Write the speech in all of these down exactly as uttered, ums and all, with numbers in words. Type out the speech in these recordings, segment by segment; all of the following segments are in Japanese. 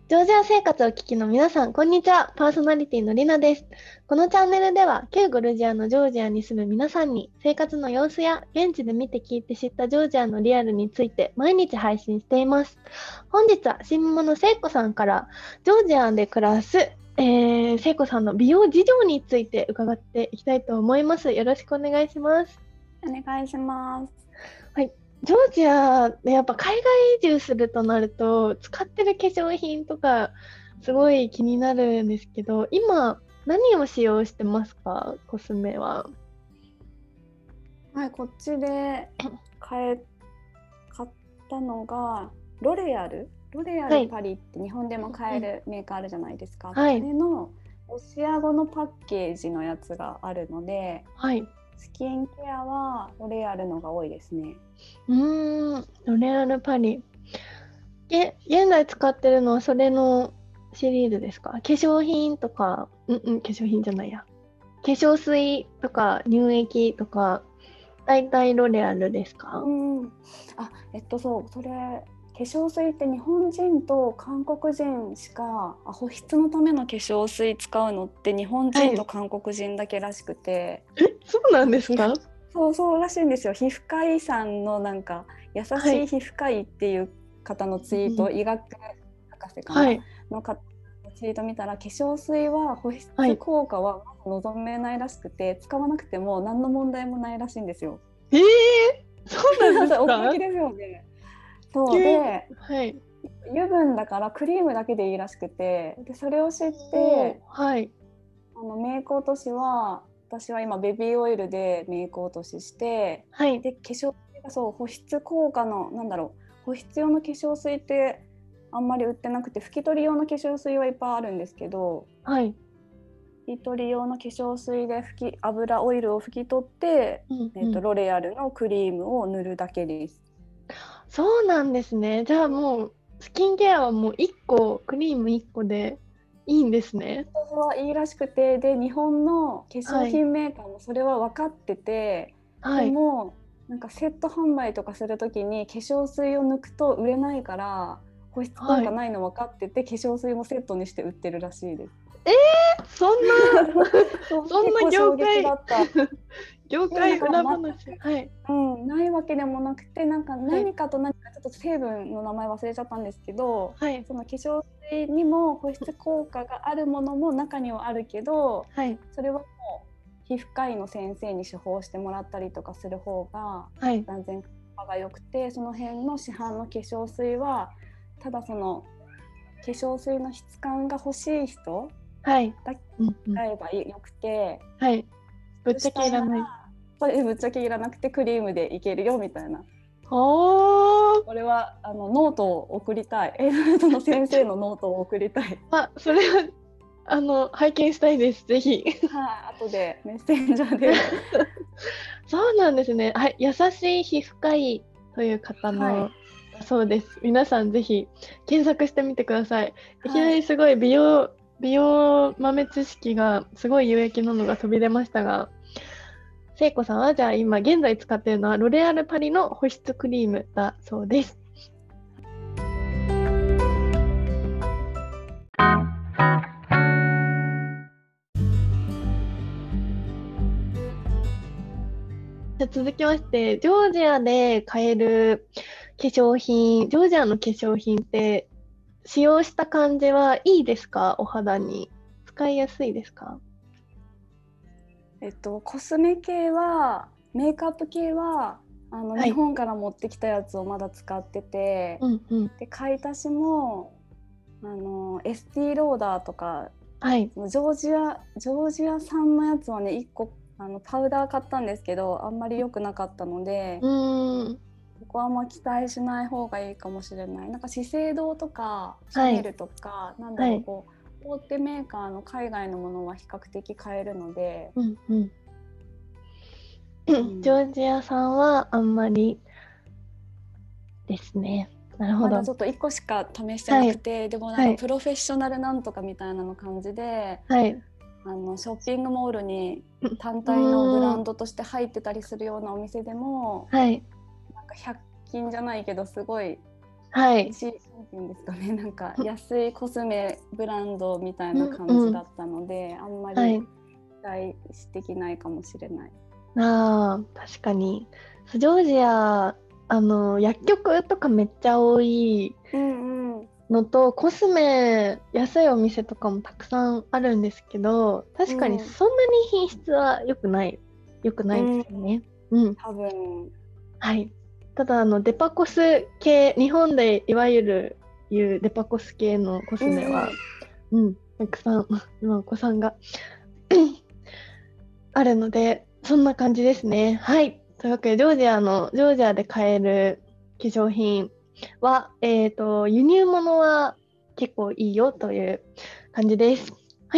ジョージア生活をお聞きの皆さん、こんにちは。パーソナリティのりなです。このチャンネルでは、旧ゴルジアのジョージアに住む皆さんに、生活の様子や、現地で見て聞いて知ったジョージアのリアルについて、毎日配信しています。本日は、新物聖子さんから、ジョージアで暮らす、えー、聖子さんの美容事情について伺っていきたいと思います。よろしくお願いします。 お願いします。 はい。ジョージアでやっぱ海外移住するとなると、使ってる化粧品とか、すごい気になるんですけど、今、何を使用してますか、コスメは。 はい、こっちで買え買ったのがロレアルロレアはい。 ルパリって日本でも買えるメーカーあるじゃないですか。 はい。 あれのロシア語のパッケージのやつがあるので、 はい。 スキンケアはロレアルのが多いですね。 うーん、ロレアルパリ。げ、現在使ってるのはそれのシリーズですか？化粧品とか、うんうん、化粧品じゃないや。化粧水とか乳液とか、大体ロレアルですか？ うん、あ、えっとそうそれ化粧水って日本人と韓国人しかあ保湿のための化粧水使うのって日本はい。 人と韓国人だけらしくて、 え、そうなんなんか皮膚ですか？ そうそうらしいんですよ。皮膚科医さんのなんか優はい。 しい皮膚科医っていう方のツイート、 うん。 医学博士かなはい。 の方のツイート見たら、化粧水は保湿はい。 効果は望めないらしくて、使わなくても何の問題もないらしいんですよ。 ええー、そうなんですか？ 驚きですよね。そう急に。 で、 はい。 油分だからクリームだけでいいらしくて、でそれを知っおー、 て、 はい。 あのメイク落としは私は今ベビーオイルでメイク落としして、 はい。 で化粧水がそう保湿効果のなんだろう保湿用の化粧水ってあんまり売ってなくて、拭き取り用の化粧水はいっぱいあるんですけど、 はい。 拭き取り用の化粧水で拭き油オイルを拭き取って、えー、とうんうん。 ロレアルのクリームを塗るだけです。 そうなんですね。じゃあもう、スキンケアはもういっこ、クリームいっこでいいんですね。 それはいいらしくて、で日本の化粧はい。 品メーカーもそれは分かってて、ではい。 もなんかセット販売とかするときに化粧水を抜くと売れないから保湿効はい。 果ないの分かってて、化粧水もセットにして売ってるらしいです。 えー、そんな、 そうそんな結構衝撃だ業界、 った。 業でなんか界裏全話。はい。 く、うん、ないわけでもなくて、なんかはい。 何かと何かちょっと成分の名前忘れちゃったんですけど、 はい。 その化粧水にも保湿効果があるものも中にはあるけど、 はい。 それはもう皮膚科医の先生に処方してもらったりとかする方がはい。 断然効果が良くて、その辺の市販の化粧水はただその化粧水の質感が欲しい人はい。 だけうんうん。 使えばよくて、 はい。ぶっちゃしたいならけいらない。 それぶっちゃけいらなくてクリームでいけるよみたいな。 おー。 これはあのノートを送りたい。その先生のノートを送りたい。 あ、それは、あの、拝見したいです。ぜひ。 はい、後でメッセンジャーで。 そうなんですね。はい。優しい皮膚科医という方はい。 の、そうです。皆さんぜひ検索してみてください。いきなはい。 りすごい美容、美容豆知識がすごい有益なのが飛び出ましたが、聖子さんはじゃあ今現在使っているのはロレアルパリの保湿クリームだそうです。じゃあ続きまして、ジョージアで買える化粧品、ジョージアの化粧品って使用した感じはいいですか？お肌に。使いやすいですか？ えっとコスメ系はメイクアップ系はあのはい。 日本から持ってきたやつをまだ使ってて、 うんうん。 で買い足しもあのエスティーローダーとかはい。 ジョージアジョージア産のやつはねいっこあのパウダー買ったんですけど、あんまり良くなかったので、 うーん。 ここはあんま期待しない方がいいかもしれない。なんか資生堂とかシャはい。 ネルとかなんだはい。 ろう、こう大手メーカーの海外のものは比較的買えるので、 うんうん。 うジん、 ョージアさんはあんまりですね。なるほど。 まだちょっといっこしか試してはい。 なくて、でもなんはい。 かプロフェッショナルなんとかみたいなの感じで、 はい。 あのショッピングモールに単う体のブラーん。 ンドとして入ってたりするようなお店でも、 はい。 なんかひゃく均じゃないけどすごいはい。 し、なんていうんですかね、なんか安いコスメブランドみたいな感じだったので、うんうん、あんまり期待してきないかもしれない。 はい、あ、確かに。ジョージア、あの、薬局とかめっちゃ多いのと、うんうん、コスメ、安いお店とかもたくさんあるんですけど、確かにそんなに品質は良くない、良くないですよね。うん。うん、 多分。 はい。ただ、あの、デパコス系、日本でいわゆるいうデパコス系のコスメは、うん、うん、たくさん、今お子さんがあるので、そんな感じですね。はい。というわけで、ジョージアの、ジョージアで買える化粧品は、えっと、輸入物は結構いいよという感じです。はい。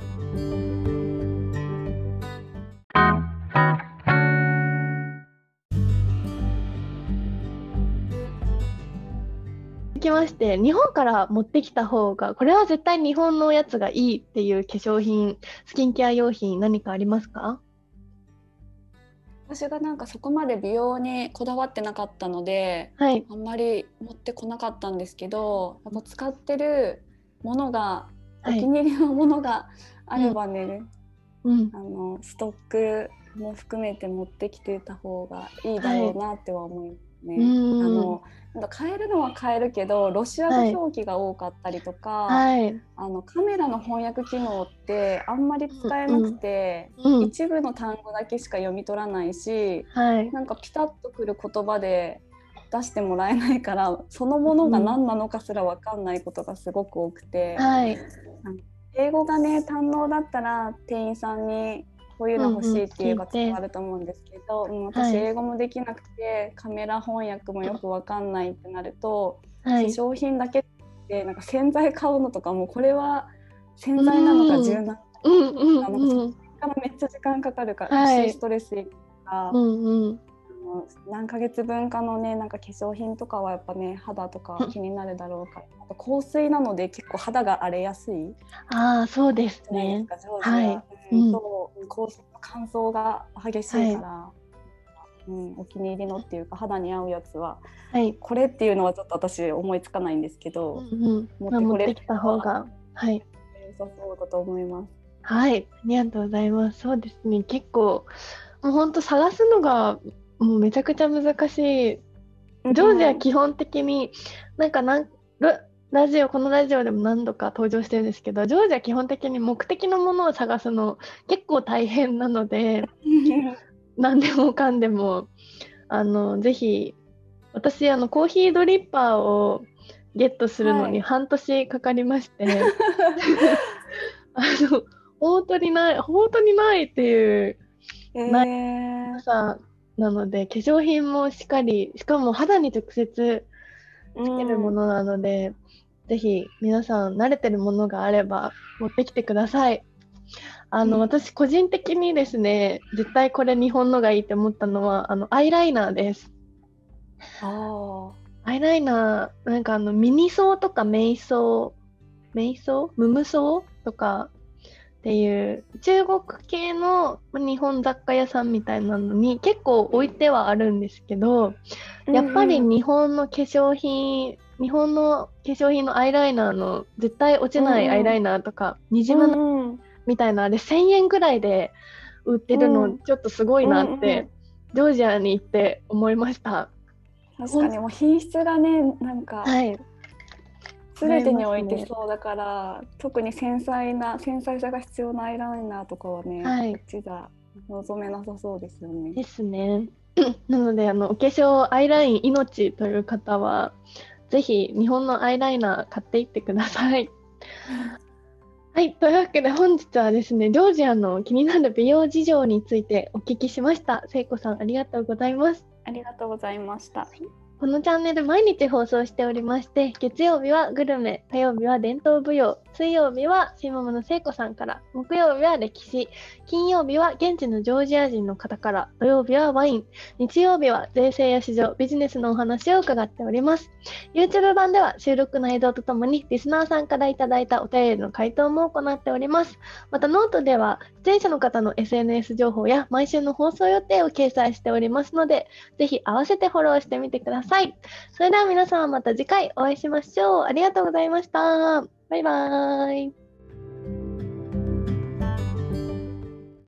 続きまして、日本から持ってきた方が、これは絶対日本のやつがいいっていう化粧品、スキンケア用品何かありますか？ 私がなんかそこまで美容にこだわってなかったので、 はい、 あんまり持ってこなかったんですけど、やっぱ使ってるものが、お気に入りのものがあればね、うん、あのストックも含めて持ってきてた方がいいだろうなっては思いますね。はい、あのなんか買えるのは買えるけど、ロシア語表記が多かったりとか、はい、あのカメラの翻訳機能ってあんまり使えなくて、うんうん、一部の単語だけしか読み取らないし、はい、なんかピタッとくる言葉で出してもらえないから、そのものが何なのかすら分かんないことがすごく多くて、はい、英語がね堪能だったら店員さんにこういうの欲しいって言えば伝わると思うんですけど、うんうん、私英語もできなくて、はい、カメラ翻訳もよく分かんないってなると、はい、化粧品だけでなんか洗剤買うのとかも、これは洗剤なのか柔軟なのか、うんうん、そこからめっちゃ時間かかるから、はい、ストレスいくから、うんうん、何ヶ月分かのね、なんか化粧品とかはやっぱね肌とか気になるだろうから、あと香水なので結構肌が荒れやすい。 ああ、そうですね。 はい、うん、そう香水の乾燥が激しいから、はい、うん、お気に入りのっていうか肌に合うやつは、はい、これっていうのはちょっと私思いつかないんですけど、うんうん、持ってこれ持ってきた方が、はい、 良さそうだと思います。 はい、ありがとうございます。そうですね、結構もう本当探すのがもうめちゃくちゃ難しい。ジョージア基本的になんかなんラジオこのラジオでも何度か登場してるんですけど、ジョージア基本的に目的のものを探すの結構大変なので何でもかんでもあのぜひ、私あのコーヒードリッパーをゲットするのに半年かかりまして、はい、あの本当にない本当にないっていう、えー、ないさなので、化粧品もしっかり、しかも肌に直接つけるものなので、うん、ぜひ皆さん慣れてるものがあれば持ってきてください。あの、うん、私個人的にですね、絶対これ日本のがいいって思ったのはあのアイライナーです。あアイライナー、なんかあのミニソーとかメイソー、メイソームムソーとかっていう中国系の日本雑貨屋さんみたいなのに結構置いてはあるんですけど、やっぱり日本の化粧品、日本の化粧品のアイライナーの絶対落ちないアイライナーとか、にじまないみたいなあれせんえんぐらいで売ってるのちょっとすごいなってジョージアに行って思いました。 確かにもう品質がね、なんか、はい、全てにおいてそうだから、ね、特に繊細な繊細さが必要なアイライナーとかはね、はい、こっちじゃ望めなさそうですよね。 ですね。なのであのお化粧アイライン命という方はぜひ日本のアイライナー買っていってください。はい、というわけで本日はですね、ジョージアの気になる美容事情についてお聞きしました。聖子さん、ありがとうございます。 ありがとうございました。はい、 このチャンネル毎日放送しておりまして、月曜日はグルメ、火曜日は伝統舞踊、水曜日はシママの聖子さんから、木曜日は歴史、金曜日は現地のジョージア人の方から、土曜日はワイン、日曜日は税制や市場、ビジネスのお話を伺っております。YouTube 版では収録の映像とともにリスナーさんからいただいたお便りの回答も行っております。またノートでは出演者の方の エスエヌエス 情報や毎週の放送予定を掲載しておりますので、ぜひ合わせてフォローしてみてください。 さい。それでは皆さんまた次回お会いしましょう。ありがとうございました。バイバーイ。